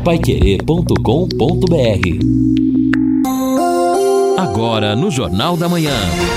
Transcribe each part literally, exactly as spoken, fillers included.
paiquerê ponto com ponto br. Agora no Jornal da Manhã.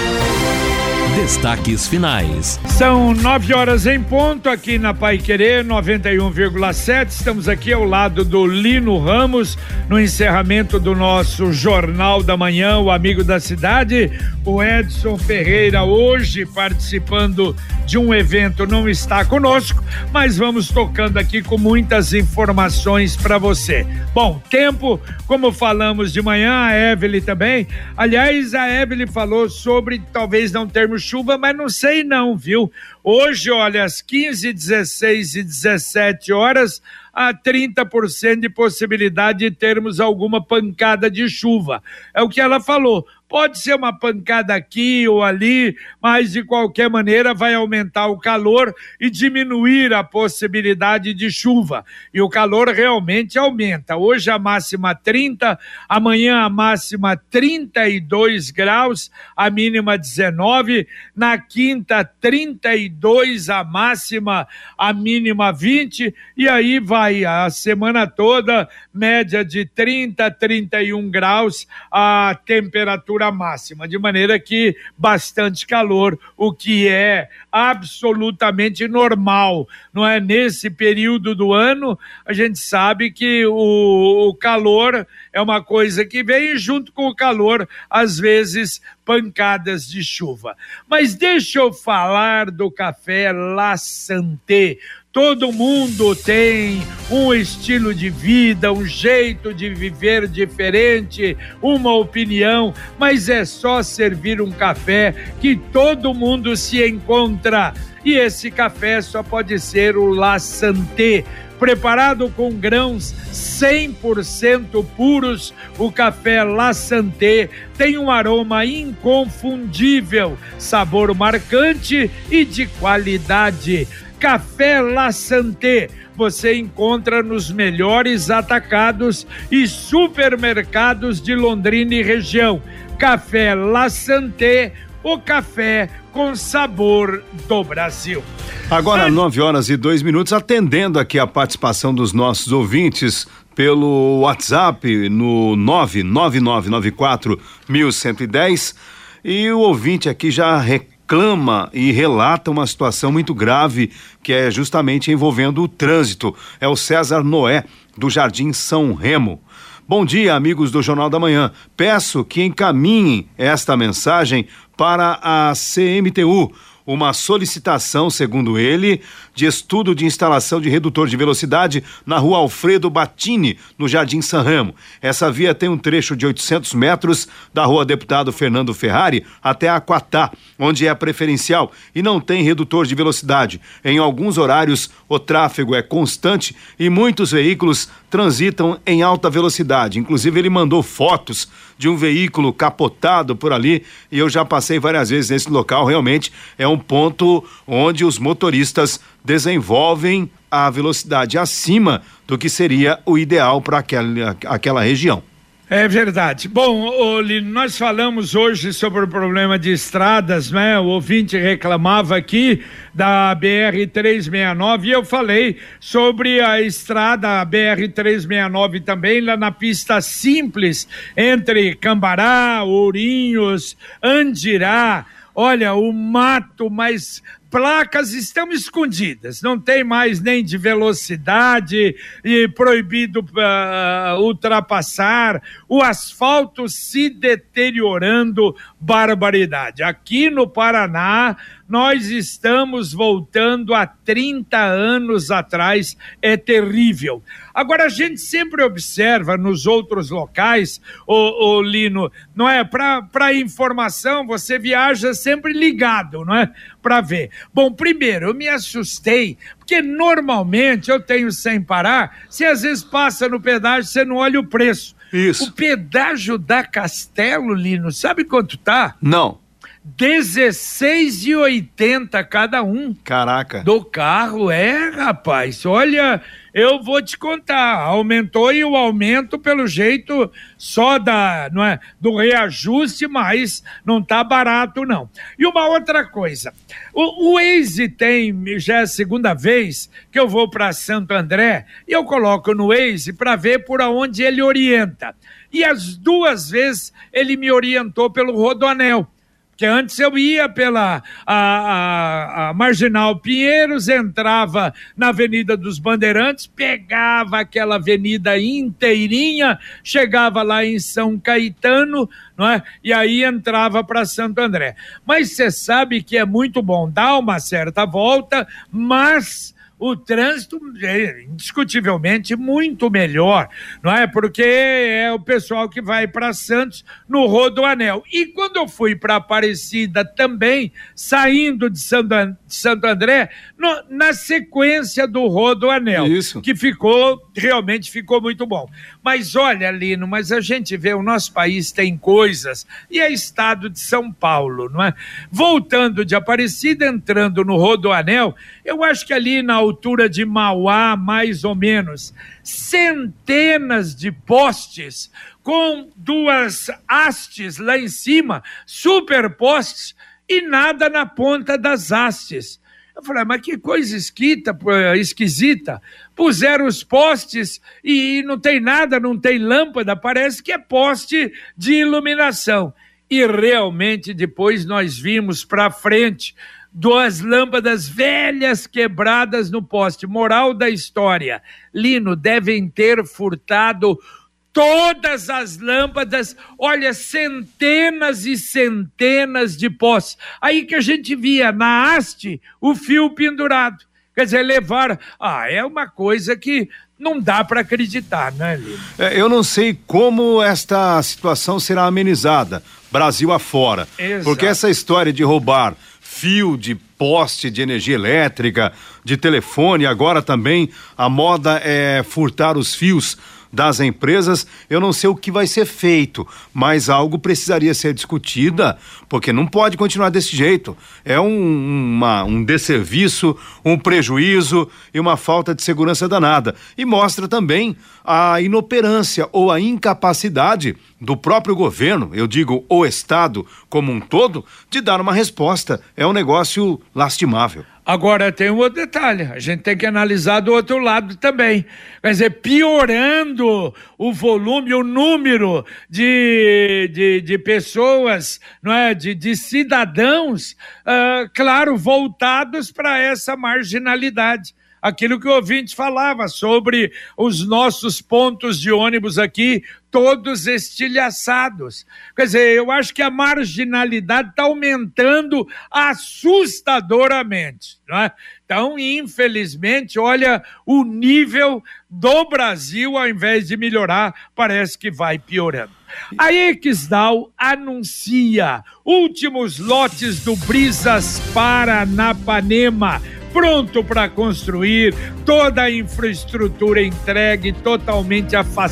Destaques finais. São nove horas em ponto aqui na Paiquerê noventa e um vírgula sete. Estamos aqui ao lado do Lino Ramos no encerramento do nosso Jornal da Manhã, o Amigo da Cidade. O Edson Ferreira hoje participando de um evento não está conosco, mas vamos tocando aqui com muitas informações para você. Bom, tempo, como falamos de manhã, a Evelyn também. Aliás, a Evelyn falou sobre talvez não termos chuva, mas não sei não, viu? Hoje, olha, às quinze, dezesseis e dezessete horas, há trinta por cento de possibilidade de termos alguma pancada de chuva. É o que ela falou. Pode ser uma pancada aqui ou ali, mas de qualquer maneira vai aumentar o calor e diminuir a possibilidade de chuva. E o calor realmente aumenta. Hoje a máxima trinta, amanhã a máxima trinta e dois graus, a mínima dezenove, na quinta trinta e dois a máxima, a mínima vinte, e aí vai a semana toda, média de trinta, trinta e um graus, a temperatura máxima, de maneira que bastante calor, o que é absolutamente normal, não é? Nesse período do ano, a gente sabe que o, o calor é uma coisa que vem junto com o calor, às vezes, pancadas de chuva. Mas deixa eu falar do café La Santé. Todo mundo tem um estilo de vida, um jeito de viver diferente, uma opinião, mas é só servir um café que todo mundo se encontra. E esse café só pode ser o La Santé. Preparado com grãos cem por cento puros, o café La Santé tem um aroma inconfundível, sabor marcante e de qualidade. Café La Santé você encontra nos melhores atacados e supermercados de Londrina e região. Café La Santé, o café com sabor do Brasil. Agora, nove horas e dois minutos, atendendo aqui a participação dos nossos ouvintes pelo WhatsApp no nove nove nove nove quatro um um zero. E o ouvinte aqui já reclama e relata uma situação muito grave que é justamente envolvendo o trânsito. É o César Noé, do Jardim São Remo. Bom dia, amigos do Jornal da Manhã. Peço que encaminhem esta mensagem para a C M T U. Uma solicitação, segundo ele, de estudo de instalação de redutor de velocidade na rua Alfredo Battini, no Jardim São Remo. Essa via tem um trecho de oitocentos metros da rua Deputado Fernando Ferrari até Aquatá, onde é preferencial e não tem redutor de velocidade. Em alguns horários, o tráfego é constante e muitos veículos transitam em alta velocidade. Inclusive, ele mandou fotos de um veículo capotado por ali e eu já passei várias vezes nesse local. Realmente é um ponto onde os motoristas desenvolvem a velocidade acima do que seria o ideal para aquela, aquela região. É verdade. Bom, ô, Lino, nós falamos hoje sobre o problema de estradas, né? O ouvinte reclamava aqui da B R trezentos e sessenta e nove e eu falei sobre a estrada a B R trezentos e sessenta e nove também, lá na pista simples, entre Cambará, Ourinhos, Andirá. Olha, o mato, mas placas estão escondidas, não tem mais nem de velocidade e proibido uh, ultrapassar, o asfalto se deteriorando, barbaridade. Aqui no Paraná, nós estamos voltando a trinta anos atrás, é terrível. Agora, a gente sempre observa nos outros locais, ô, ô Lino, não é? Para informação, você viaja sempre ligado, não é? Para ver. Bom, primeiro, eu me assustei, porque normalmente eu tenho sem parar, se às vezes passa no pedágio, você não olha o preço. Isso. O pedágio da Castelo, Lino, sabe quanto tá? Não. dezesseis reais e oitenta centavos cada um. Caraca. Do carro, é, rapaz, olha, eu vou te contar, aumentou e o aumento pelo jeito só da, não é, do reajuste, mas não tá barato não. E uma outra coisa, o, o Waze tem, já é a segunda vez que eu vou para Santo André e eu coloco no Waze para ver por onde ele orienta. E as duas vezes ele me orientou pelo Rodoanel. Porque antes eu ia pela a, a, a Marginal Pinheiros, entrava na Avenida dos Bandeirantes, pegava aquela avenida inteirinha, chegava lá em São Caetano, não é? E aí entrava para Santo André. Mas você sabe que é muito bom dar uma certa volta, mas o trânsito é indiscutivelmente muito melhor, não é? Porque é o pessoal que vai para Santos no Rodoanel. E quando eu fui para Aparecida também, saindo de Santo André, no, na sequência do Rodoanel, isso, que ficou, realmente ficou muito bom. Mas olha, Lino, mas a gente vê, o nosso país tem coisas, e é estado de São Paulo, não é? Voltando de Aparecida, entrando no Rodoanel, eu acho que ali na altura de Mauá, mais ou menos, centenas de postes com duas hastes lá em cima, superpostes, e nada na ponta das hastes. Eu falei, mas que coisa esquita, esquisita. Puseram os postes e não tem nada, não tem lâmpada, parece que é poste de iluminação. E realmente depois nós vimos para frente duas lâmpadas velhas quebradas no poste. Moral da história, Lino, devem ter furtado todas as lâmpadas, olha, centenas e centenas de postes. Aí que a gente via na haste o fio pendurado. Quer dizer, levar... Ah, é uma coisa que não dá para acreditar, né, Lino? É, eu não sei como esta situação será amenizada, Brasil afora. Exato. Porque essa história de roubar fio de poste de energia elétrica, de telefone, agora também a moda é furtar os fios das empresas. Eu não sei o que vai ser feito, mas algo precisaria ser discutida, porque não pode continuar desse jeito. É um, uma, um desserviço, um prejuízo e uma falta de segurança danada. E mostra também a inoperância ou a incapacidade do próprio governo, eu digo o Estado como um todo, de dar uma resposta. É um negócio lastimável. Agora tem um outro detalhe, a gente tem que analisar do outro lado também. Quer dizer, piorando o volume, o número de, de, de pessoas, não é? de, de cidadãos, uh, claro, voltados para essa marginalidade. Aquilo que o ouvinte falava sobre os nossos pontos de ônibus aqui, todos estilhaçados. Quer dizer, eu acho que a marginalidade está aumentando assustadoramente, não é? Então, infelizmente, olha, o nível do Brasil, ao invés de melhorar, parece que vai piorando. A Exdal anuncia últimos lotes do Brisas Paranapanema, pronto para construir, toda a infraestrutura entregue, totalmente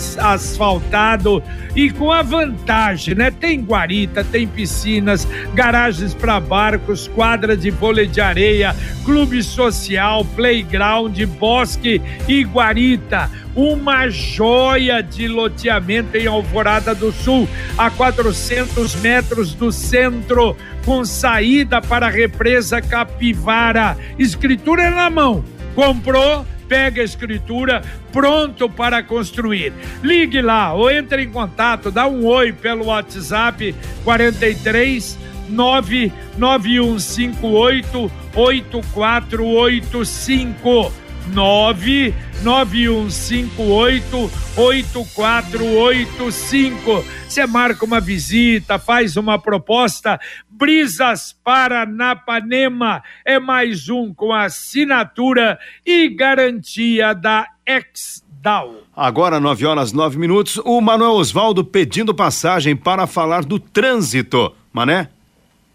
asfaltado e com a vantagem, né? Tem guarita, tem piscinas, garagens para barcos, quadra de vôlei de areia, clube social, playground, bosque e guarita. Uma joia de loteamento em Alvorada do Sul, a quatrocentos metros do centro, com saída para a represa Capivara. Escritura na mão. Comprou, pega a escritura, pronto para construir. Ligue lá ou entre em contato, dá um oi pelo WhatsApp quarenta e três, nove nove um cinco oito, oito quatro oito cinco. nove nove um cinco oito, oito quatro oito cinco. Você marca uma visita, faz uma proposta. Brisas Paranapanema é mais um com assinatura e garantia da Exdal. Agora, nove horas, nove minutos, o Manuel Osvaldo pedindo passagem para falar do trânsito. Mané?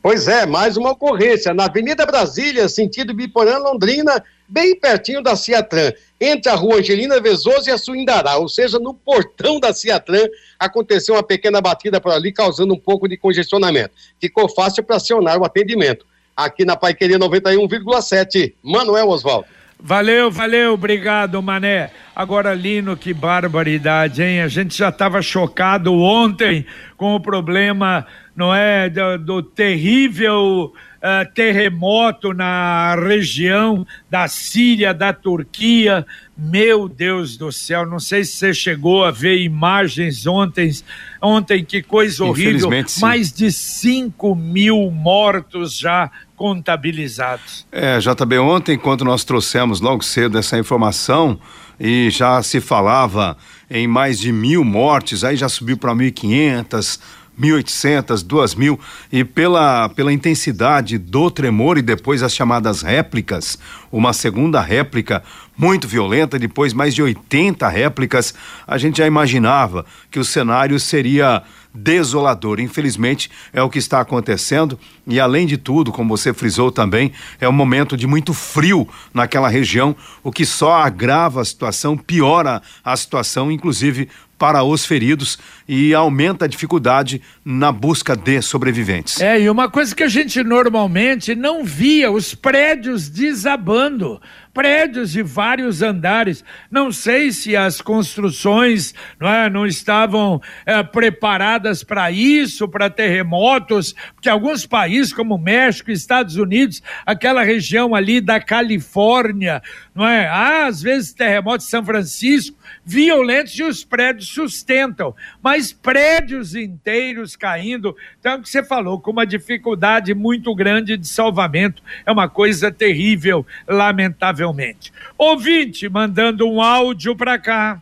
Pois é, mais uma ocorrência na Avenida Brasília, sentido Biporã, Londrina, bem pertinho da Ciatran, entre a rua Angelina Vezoso e a Suindará, ou seja, no portão da Ciatran, aconteceu uma pequena batida por ali, causando um pouco de congestionamento. Ficou fácil para acionar o atendimento. Aqui na Paiquerê noventa e um vírgula sete, Manuel Osvaldo. Valeu, valeu, obrigado, Mané. Agora, Lino, que barbaridade, hein? A gente já estava chocado ontem com o problema, não é, do, do terrível uh, terremoto na região da Síria, da Turquia. Meu Deus do céu, não sei se você chegou a ver imagens ontem, ontem que coisa horrível. Mais de cinco mil mortos já contabilizados. É, J B, ontem, quando nós trouxemos logo cedo essa informação, e já se falava em mais de mil mortes, aí já subiu para mil e quinhentas, mil e oitocentas, duas mil, e pela, pela intensidade do tremor e depois as chamadas réplicas, uma segunda réplica muito violenta, depois mais de oitenta réplicas, a gente já imaginava que o cenário seria desolador. Infelizmente é o que está acontecendo, e além de tudo, como você frisou também, é um momento de muito frio naquela região, o que só agrava a situação, piora a situação, inclusive para os feridos, e aumenta a dificuldade na busca de sobreviventes. É, e uma coisa que a gente normalmente não via, os prédios desabando, prédios de vários andares. Não sei se as construções não, é, não estavam é, preparadas para isso, para terremotos, porque alguns países como México, Estados Unidos, aquela região ali da Califórnia, não é? Há às vezes terremotos em São Francisco, violentos, e os prédios sustentam, mas prédios inteiros caindo, então é o que você falou, com uma dificuldade muito grande de salvamento, é uma coisa terrível, lamentavelmente. Ouvinte mandando um áudio para cá.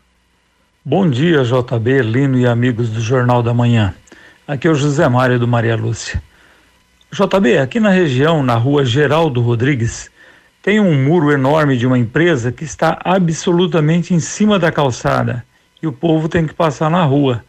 Bom dia, J B, Lino e amigos do Jornal da Manhã. Aqui é o José Mário do Maria Lúcia. J B, aqui na região, na rua Geraldo Rodrigues, tem um muro enorme de uma empresa que está absolutamente em cima da calçada e o povo tem que passar na rua.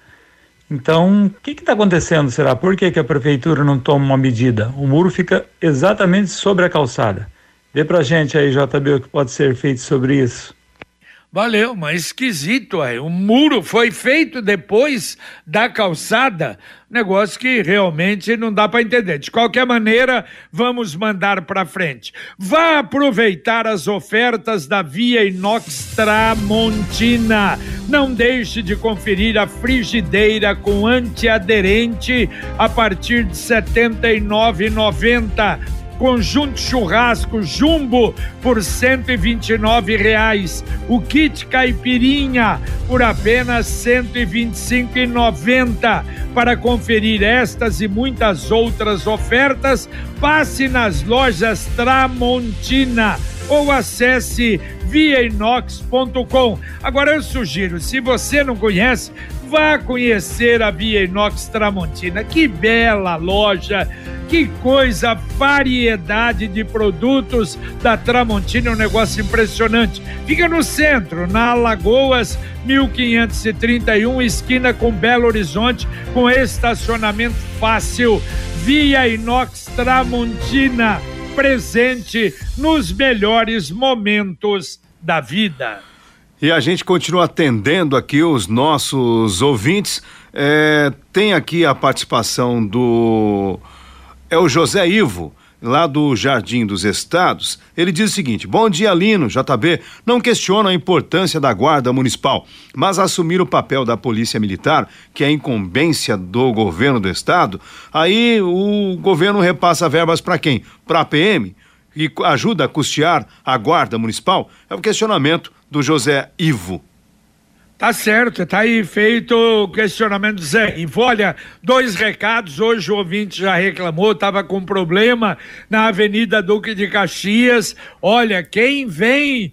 Então, o que está acontecendo, será? Por que, que a prefeitura não toma uma medida? O muro fica exatamente sobre a calçada. Vê pra gente aí, J B, o que pode ser feito sobre isso. Valeu, mas esquisito, aí. O muro foi feito depois da calçada, negócio que realmente não dá para entender. De qualquer maneira, vamos mandar para frente. Vá aproveitar as ofertas da Via Inox Tramontina. Não deixe de conferir a frigideira com antiaderente a partir de setenta e nove reais e noventa centavos. Conjunto churrasco Jumbo por cento e vinte e nove reais. O kit caipirinha por apenas cento e vinte e cinco reais e noventa centavos. Para conferir estas e muitas outras ofertas, passe nas lojas Tramontina ou acesse via inox ponto com. Agora eu sugiro, se você não conhece, vá conhecer a Via Inox Tramontina. Que bela loja, que coisa, variedade de produtos da Tramontina, é um negócio impressionante. Fica no centro, na Alagoas mil quinhentos e trinta e um, esquina com Belo Horizonte, com estacionamento fácil. Via Inox Tramontina, presente nos melhores momentos da vida. E a gente continua atendendo aqui os nossos ouvintes. É, tem aqui a participação do é o José Ivo, lá do Jardim dos Estados. Ele diz o seguinte: bom dia, Lino, J B, não questiono a importância da guarda municipal, mas assumir o papel da polícia militar, que é incumbência do governo do estado, aí o governo repassa verbas para quem? Para a P M, e ajuda a custear a guarda municipal? É o questionamento do José Ivo. Tá certo, tá aí feito o questionamento do Zé Ivo. Olha, dois recados, hoje o ouvinte já reclamou, tava com problema na Avenida Duque de Caxias. Olha, quem vem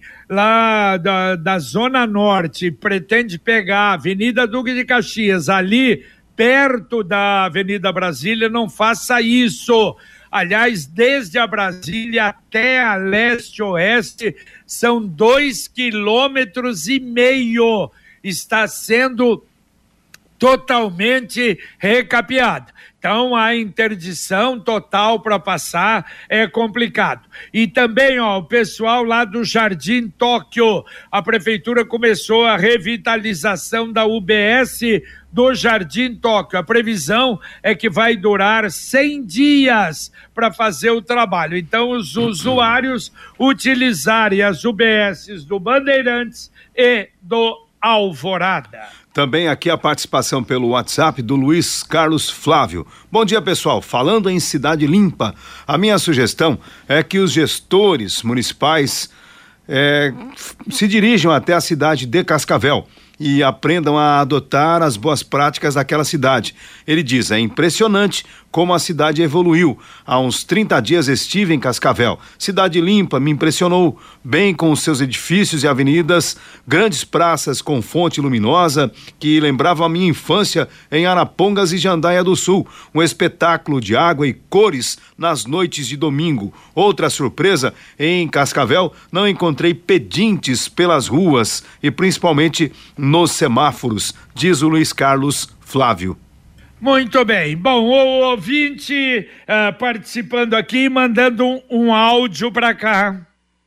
lá da, da Zona Norte, pretende pegar a Avenida Duque de Caxias, ali perto da Avenida Brasília, não faça isso. Aliás, desde a Brasília até a leste-oeste, são dois quilômetros e meio. Está sendo totalmente recapeada. Então a interdição total para passar é complicado. E também, ó, o pessoal lá do Jardim Tóquio, a prefeitura começou a revitalização da U B S do Jardim Tóquio. A previsão é que vai durar cem dias para fazer o trabalho. Então os usuários utilizarem as U B S do Bandeirantes e do Alvorada. Também aqui a participação pelo WhatsApp do Luiz Carlos Flávio. Bom dia, pessoal. Falando em cidade limpa, a minha sugestão é que os gestores municipais é, se dirijam até a cidade de Cascavel e aprendam a adotar as boas práticas daquela cidade. Ele diz, é impressionante como a cidade evoluiu. Há uns trinta dias estive em Cascavel. Cidade limpa, me impressionou, bem com os seus edifícios e avenidas, grandes praças com fonte luminosa, que lembravam a minha infância em Arapongas e Jandaia do Sul. Um espetáculo de água e cores nas noites de domingo. Outra surpresa, em Cascavel não encontrei pedintes pelas ruas e principalmente nos semáforos, diz o Luiz Carlos Flávio. Muito bem. Bom, o ouvinte uh, participando aqui, mandando um, um áudio para cá.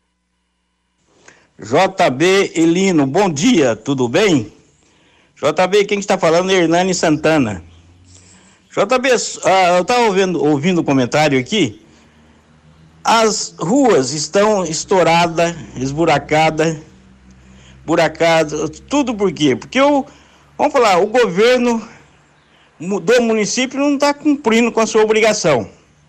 J B Elino, bom dia, tudo bem? J B, quem está falando é Hernani Santana. J B, uh, eu estava ouvindo, ouvindo o comentário aqui. As ruas estão estouradas, esburacadas, buracadas, tudo por quê? Porque o, vamos falar, o governo do município não está cumprindo com a sua obrigação.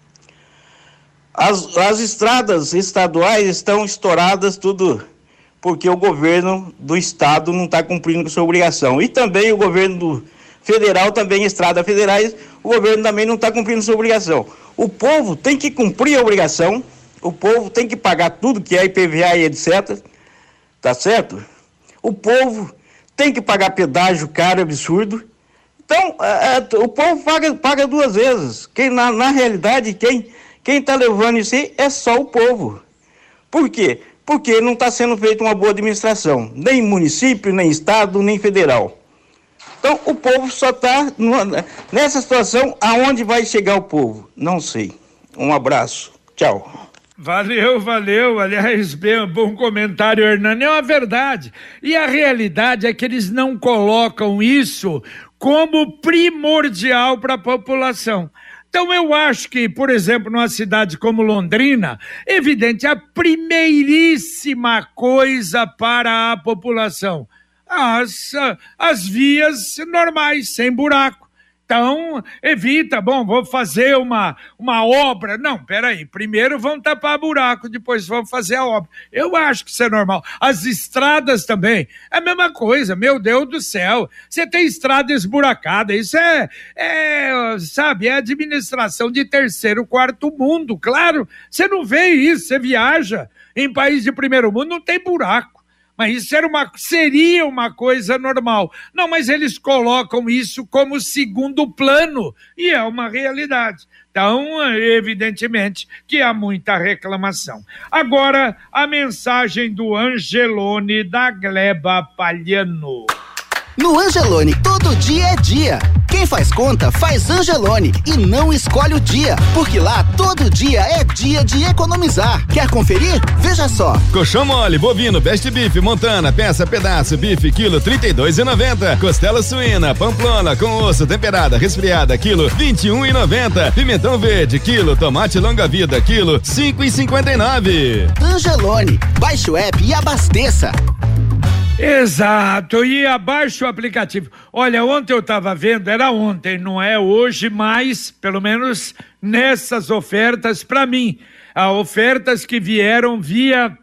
As, as estradas estaduais estão estouradas, tudo porque o governo do estado não está cumprindo com a sua obrigação. E também o governo do federal, também estradas federais, o governo também não está cumprindo a sua obrigação. O povo tem que cumprir a obrigação, o povo tem que pagar tudo que é I P V A e etcétera. Tá certo? O povo tem que pagar pedágio caro, absurdo. Então, é, é, o povo paga, paga duas vezes. Quem, na, na realidade, quem quem está levando isso aí é só o povo. Por quê? Porque não está sendo feita uma boa administração. Nem município, nem estado, nem federal. Então, o povo só está nessa situação. Aonde vai chegar o povo? Não sei. Um abraço. Tchau. Valeu, valeu, aliás, bem, bom comentário, Hernani, é uma verdade, e a realidade é que eles não colocam isso como primordial para a população. Então eu acho que, por exemplo, numa cidade como Londrina, evidente, a primeiríssima coisa para a população, as, as vias normais, sem buraco. Então, evita, bom, vou fazer uma, uma obra. Não, peraí, primeiro vão tapar buraco, depois vão fazer a obra. Eu acho que isso é normal. As estradas também, é a mesma coisa, meu Deus do céu. Você tem estrada esburacada, isso é, é sabe, é administração de terceiro, quarto mundo, claro. Você não vê isso, você viaja em país de primeiro mundo, não tem buraco. Mas isso era uma, seria uma coisa normal. Não, mas eles colocam isso como segundo plano, e é uma realidade. Então, evidentemente, que há muita reclamação. Agora, a mensagem do Angelone da Gleba Palhano. No Angelone, todo dia é dia. Quem faz conta, faz Angelone e não escolhe o dia, porque lá todo dia é dia de economizar. Quer conferir? Veja só. Colchão mole, bovino, best beef, montana, peça, pedaço, bife, quilo, trinta e dois e noventa. Costela suína, pamplona, com osso, temperada, resfriada, quilo, vinte e um e noventa. Pimentão verde, quilo, tomate longa vida, quilo, cinco e cinquenta e nove. Angelone, baixe o app e abasteça. Exato, e abaixa o aplicativo. Olha, ontem eu estava vendo, era ontem, não é hoje, mas pelo menos nessas ofertas, para mim, as ofertas que vieram via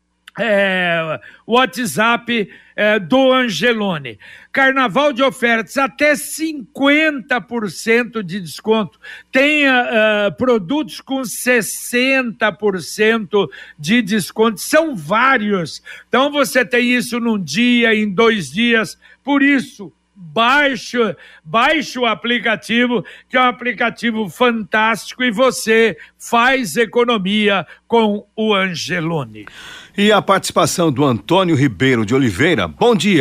é, WhatsApp é, do Angelone. Carnaval de ofertas, até cinquenta por cento de desconto. Tem uh, produtos com sessenta por cento de desconto. São vários. Então você tem isso num dia, em dois dias. Por isso, baixe, baixe o aplicativo, que é um aplicativo fantástico, e você faz economia com o Angelone. E a participação do Antônio Ribeiro de Oliveira. Bom dia.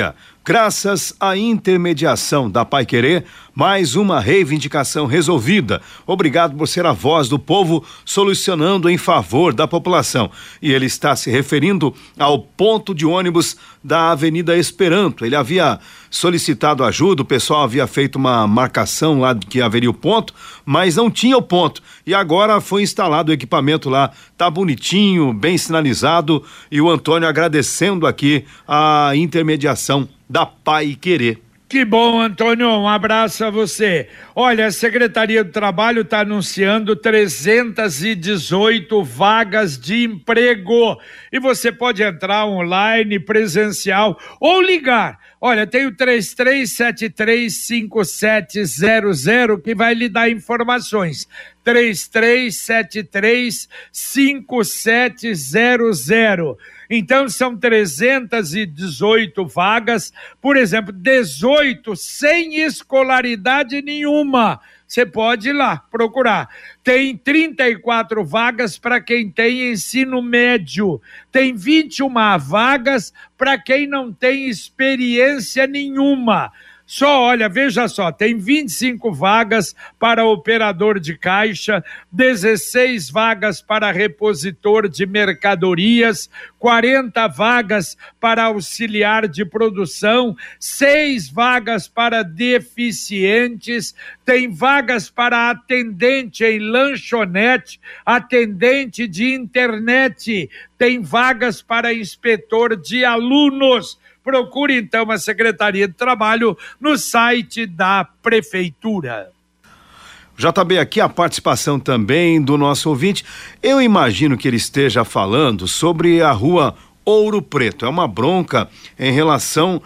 Graças à intermediação da Paiquerê, mais uma reivindicação resolvida. Obrigado por ser a voz do povo solucionando em favor da população. E ele está se referindo ao ponto de ônibus da Avenida Esperanto. Ele havia solicitado ajuda, o pessoal havia feito uma marcação lá de que haveria o ponto, mas não tinha o ponto. E agora foi instalado o equipamento lá, tá bonitinho, bem sinalizado, e o Antônio agradecendo aqui a intermediação da Paiquerê. Que bom, Antônio, um abraço a você. Olha, a Secretaria do Trabalho está anunciando trezentas e dezoito vagas de emprego e você pode entrar online, presencial ou ligar. Olha, tem o três três sete três cinco sete zero zero que vai lhe dar informações. três três sete três cinco sete zero zero. Então são trezentas e dezoito vagas, por exemplo, dezoito sem escolaridade nenhuma. Você pode ir lá procurar. Tem trinta e quatro vagas para quem tem ensino médio. Tem vinte e uma vagas para quem não tem experiência nenhuma. Só, olha, veja só, tem vinte e cinco vagas para operador de caixa, dezesseis vagas para repositor de mercadorias, quarenta vagas para auxiliar de produção, seis vagas para deficientes, tem vagas para atendente em lanchonete, atendente de internet, tem vagas para inspetor de alunos. Procure então a Secretaria de Trabalho no site da Prefeitura. J B, aqui a participação também do nosso ouvinte. Eu imagino que ele esteja falando sobre a rua Ouro Preto. É uma bronca em relação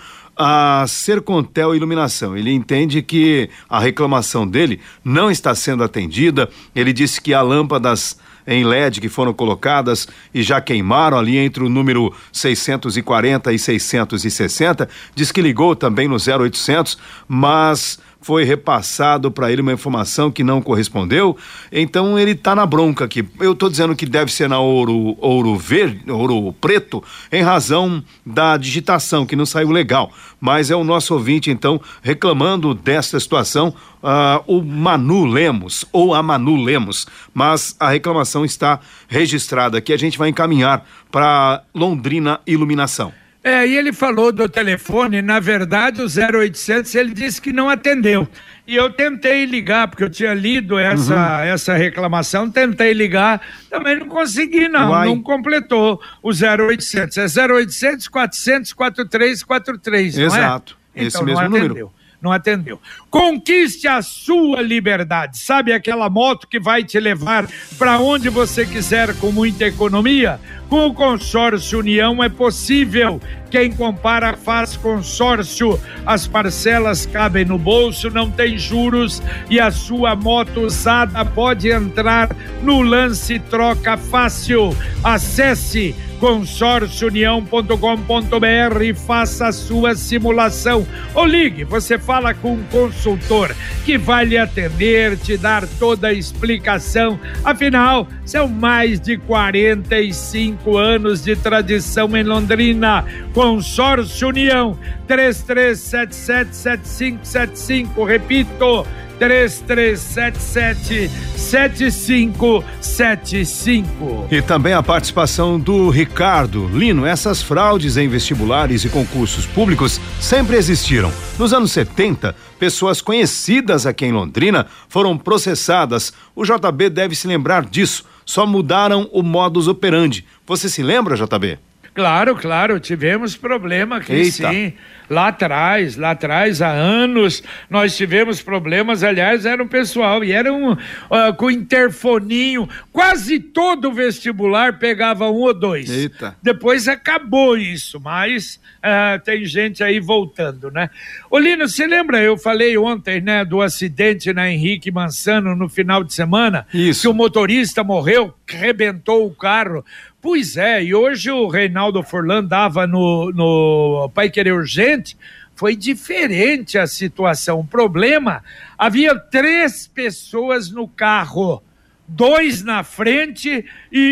a Sercontel Iluminação. Ele entende que a reclamação dele não está sendo atendida. Ele disse que há lâmpadas em L E D que foram colocadas e já queimaram ali entre o número seiscentos e quarenta e seiscentos e sessenta, diz que ligou também no zero oitocentos, mas foi repassado para ele uma informação que não correspondeu, então ele tá na bronca aqui. Eu tô dizendo que deve ser na ouro, ouro verde, ouro preto, em razão da digitação, que não saiu legal, mas é o nosso ouvinte então reclamando dessa situação, uh, o Manu Lemos, ou a Manu Lemos, mas a reclamação está registrada aqui, a gente vai encaminhar para Londrina Iluminação. É, e ele falou do telefone, na verdade o zero oitocentos ele disse que não atendeu. E eu tentei ligar, porque eu tinha lido essa, uhum. essa reclamação, tentei ligar, também não consegui não, Uai. não completou o zero oitocentos. É zero oitocentos, quatrocentos, quarenta e três quarenta e três, não é? Exato, esse então, mesmo não número. Não atendeu. Conquiste a sua liberdade. Sabe aquela moto que vai te levar para onde você quiser com muita economia? Com o Consórcio União é possível. Quem compara faz consórcio. As parcelas cabem no bolso, não tem juros e a sua moto usada pode entrar no lance troca fácil. Acesse consórcio união ponto com ponto b r e faça a sua simulação. Ou ligue, você fala com um consultor que vai lhe atender, te dar toda a explicação. Afinal, são mais de quarenta e cinco anos de tradição em Londrina. Consórcio União, três três sete sete, sete cinco sete cinco, repito, três três sete sete, sete cinco sete cinco. E também a participação do Ricardo. Lino, essas fraudes em vestibulares e concursos públicos sempre existiram. Nos anos setenta, pessoas conhecidas aqui em Londrina foram processadas. O J B deve se lembrar disso. Só mudaram o modus operandi. Você se lembra, J B? Claro, claro, tivemos problema aqui. Eita. Sim, lá atrás, lá atrás, há anos, nós tivemos problemas, aliás, era um pessoal, e era um, uh, com interfoninho, quase todo vestibular pegava um ou dois. Eita. Depois acabou isso, mas uh, tem gente aí voltando, né? Ô Lino, você lembra, eu falei ontem, né, do acidente na Henrique Mansano no final de semana? Isso. Que o motorista morreu, rebentou o carro. Pois é, e hoje o Reinaldo Furlan dava no, no Paiquerê Urgente, foi diferente a situação. O problema, havia três pessoas no carro, dois na frente e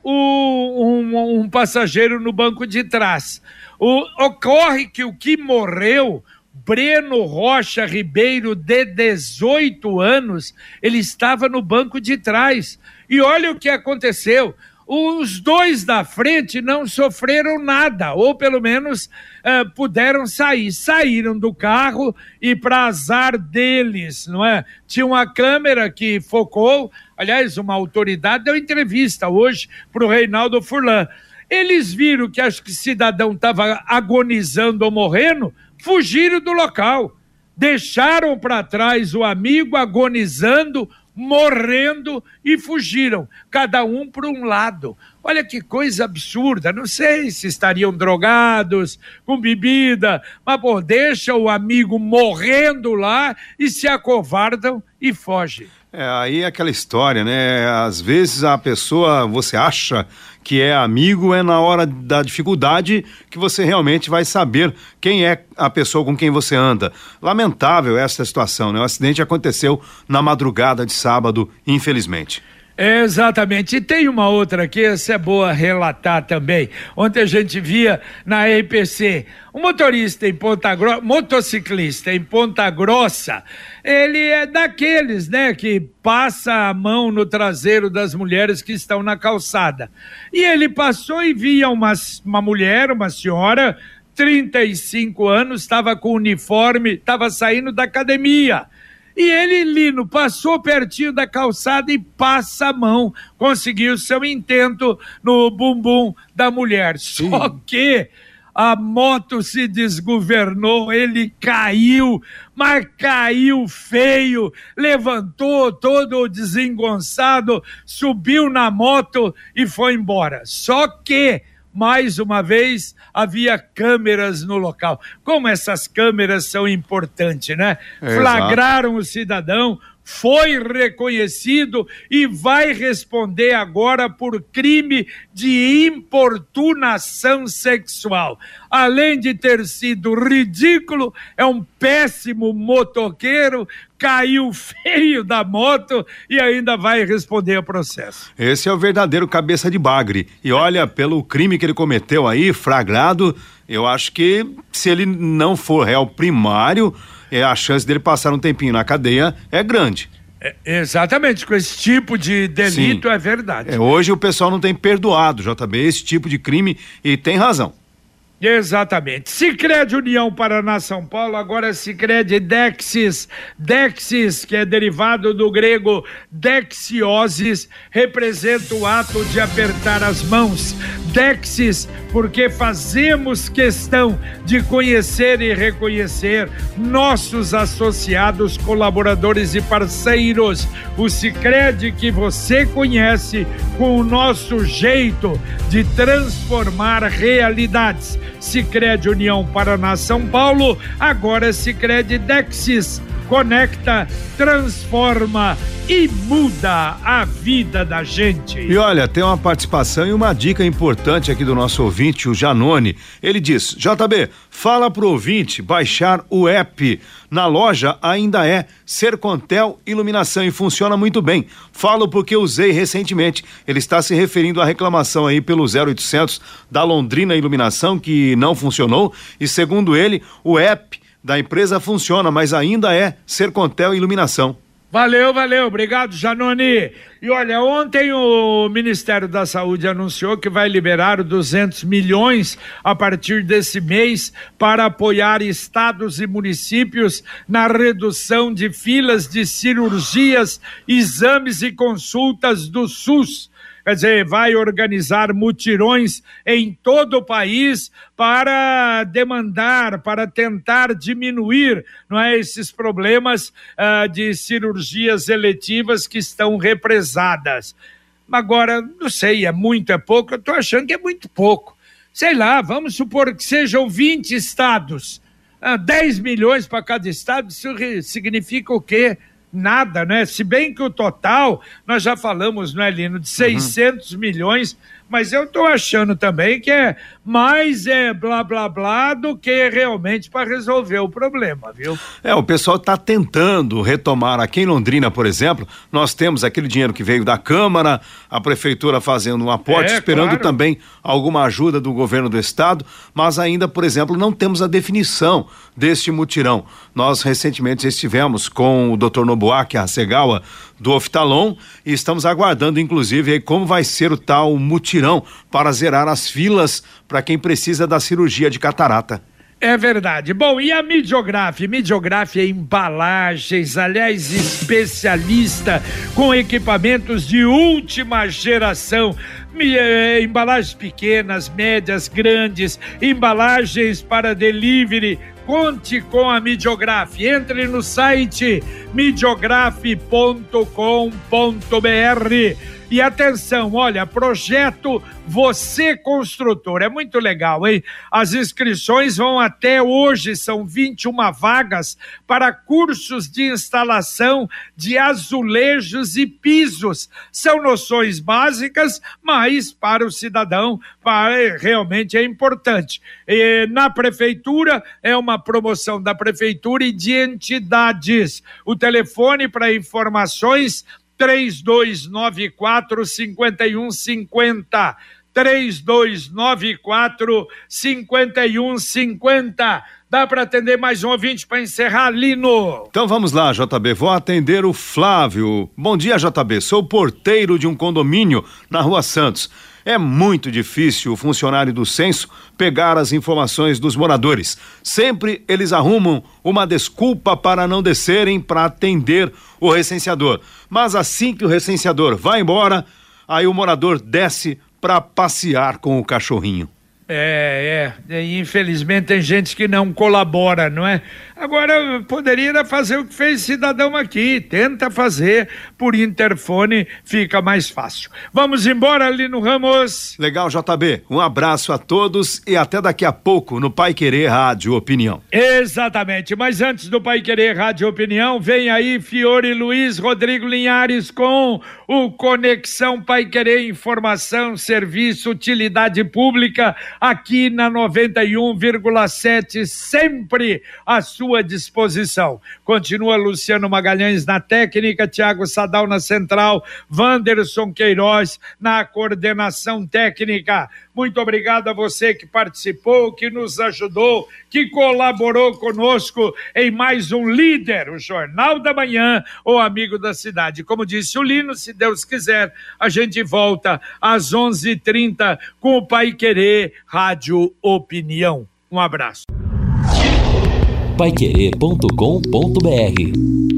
o, um, um passageiro no banco de trás. O, ocorre que o que morreu, Breno Rocha Ribeiro, de dezoito anos, ele estava no banco de trás. E olha o que aconteceu. Os dois da frente não sofreram nada, ou pelo menos uh, puderam sair. Saíram do carro e, para azar deles, não é? Tinha uma câmera que focou, aliás, uma autoridade deu entrevista hoje para o Reinaldo Furlan. Eles viram que acho que o cidadão estava agonizando ou morrendo, fugiram do local. Deixaram para trás o amigo agonizando, morrendo e fugiram, cada um para um lado. Olha que coisa absurda, não sei se estariam drogados, com bebida, mas pô, deixa o amigo morrendo lá e se acovardam e fogem. É, aí é aquela história, né? Às vezes a pessoa, você acha que é amigo, é na hora da dificuldade que você realmente vai saber quem é a pessoa com quem você anda. Lamentável essa situação, né? O acidente aconteceu na madrugada de sábado, infelizmente. Exatamente, e tem uma outra aqui, essa é boa relatar também. Ontem a gente via na R P C um motorista em Ponta Grossa, motociclista em Ponta Grossa, ele é daqueles, né, que passa a mão no traseiro das mulheres que estão na calçada. E ele passou e via uma, uma mulher, uma senhora, trinta e cinco anos, estava com uniforme, estava saindo da academia. E ele, Lino, passou pertinho da calçada e passa a mão, conseguiu seu intento no bumbum da mulher. Sim. Só que a moto se desgovernou, ele caiu, mas caiu feio, levantou todo desengonçado, subiu na moto e foi embora. Só que mais uma vez, havia câmeras no local. Como essas câmeras são importantes, né? É, flagraram exato. O cidadão, foi reconhecido e vai responder agora por crime de importunação sexual. Além de ter sido ridículo, é um péssimo motoqueiro, caiu feio da moto e ainda vai responder ao processo. Esse é o verdadeiro cabeça de bagre. E olha, pelo crime que ele cometeu aí, flagrado, eu acho que se ele não for réu primário, é, a chance dele passar um tempinho na cadeia é grande. É, exatamente, com esse tipo de delito. Sim. É verdade. É, hoje o pessoal não tem perdoado, J B, esse tipo de crime, e tem razão. Exatamente. Sicredi União Paraná São Paulo, agora é Sicredi Dexis. Dexis, que é derivado do grego dexiosis, representa o ato de apertar as mãos. Dexis, porque fazemos questão de conhecer e reconhecer nossos associados, colaboradores e parceiros. O Sicredi que você conhece, com o nosso jeito de transformar realidades. Sicredi União Paraná São Paulo, agora é Sicredi Dexis. Conecta, transforma e muda a vida da gente. E olha, tem uma participação e uma dica importante aqui do nosso ouvinte, o Janone. Ele diz: J B, fala pro ouvinte baixar o app. Na loja ainda é Sercontel Iluminação e funciona muito bem. Falo porque usei recentemente. Ele está se referindo à reclamação aí pelo zero oitocentos da Londrina Iluminação que não funcionou, e segundo ele, o app da empresa funciona, mas ainda é Sercontel Iluminação. Valeu, valeu, obrigado, Janone. E olha, ontem o Ministério da Saúde anunciou que vai liberar duzentos milhões a partir desse mês para apoiar estados e municípios na redução de filas de cirurgias, exames e consultas do SUS. Quer dizer, vai organizar mutirões em todo o país para demandar, para tentar diminuir, não é, esses problemas uh, de cirurgias eletivas que estão represadas. Agora, não sei, é muito, é pouco? Eu estou achando que é muito pouco. Sei lá, vamos supor que sejam vinte estados, uh, dez milhões para cada estado, isso significa o quê? Nada, né? Se bem que o total, nós já falamos, não é, Lino, de seiscentos uhum. milhões, mas eu tô achando também que é mais é blá blá blá do que realmente para resolver o problema, viu? É, o pessoal está tentando retomar aqui em Londrina, por exemplo, nós temos aquele dinheiro que veio da Câmara, a Prefeitura fazendo um aporte, é, esperando claro. também alguma ajuda do governo do estado, mas ainda, por exemplo, não temos a definição deste mutirão. Nós recentemente estivemos com o doutor Nobuaki Hasegawa do Oftalon e estamos aguardando, inclusive, aí, como vai ser o tal mutirão para zerar as filas para quem precisa da cirurgia de catarata. É verdade. Bom, e a Midiograf? Midiograf é embalagens, aliás, especialista com equipamentos de última geração. Embalagens pequenas, médias, grandes, embalagens para delivery. Conte com a Midiograf. Entre no site midiograf ponto com ponto br. E atenção, olha, projeto Você Construtor, é muito legal, hein? As inscrições vão até hoje, são vinte e uma vagas para cursos de instalação de azulejos e pisos. São noções básicas, mas para o cidadão para, realmente é importante. E na prefeitura, é uma promoção da prefeitura e de entidades. O telefone para informações três dois nove quatro, cinco um cinco zero, três dois nove quatro, cinco um cinco zero. Dá para atender mais um ouvinte para encerrar, Lino? Então vamos lá, J B, vou atender o Flávio. Bom dia, J B, sou porteiro de um condomínio na Rua Santos. É muito difícil o funcionário do censo pegar as informações dos moradores. Sempre eles arrumam uma desculpa para não descerem para atender o recenseador. Mas assim que o recenseador vai embora, aí o morador desce para passear com o cachorrinho. É, é, infelizmente tem gente que não colabora, não é? Agora, poderia fazer o que fez cidadão aqui, tenta fazer por interfone, fica mais fácil. Vamos embora, Lino Ramos. Legal, J B, um abraço a todos e até daqui a pouco no Pai Querer Rádio Opinião. Exatamente, mas antes do Pai Querer Rádio Opinião, vem aí Fiore Luiz Rodrigo Linhares com o Conexão Pai Querer, informação, serviço, utilidade pública, aqui na noventa e um vírgula sete, sempre à sua disposição. Continua Luciano Magalhães na técnica, Tiago Sadal na central, Wanderson Queiroz na coordenação técnica. Muito obrigado a você que participou, que nos ajudou, que colaborou conosco em mais um Líder, o Jornal da Manhã, o Amigo da Cidade. Como disse o Lino, se Deus quiser, a gente volta às onze e trinta com o Pai Querer Rádio Opinião. Um abraço. pai querer ponto com ponto br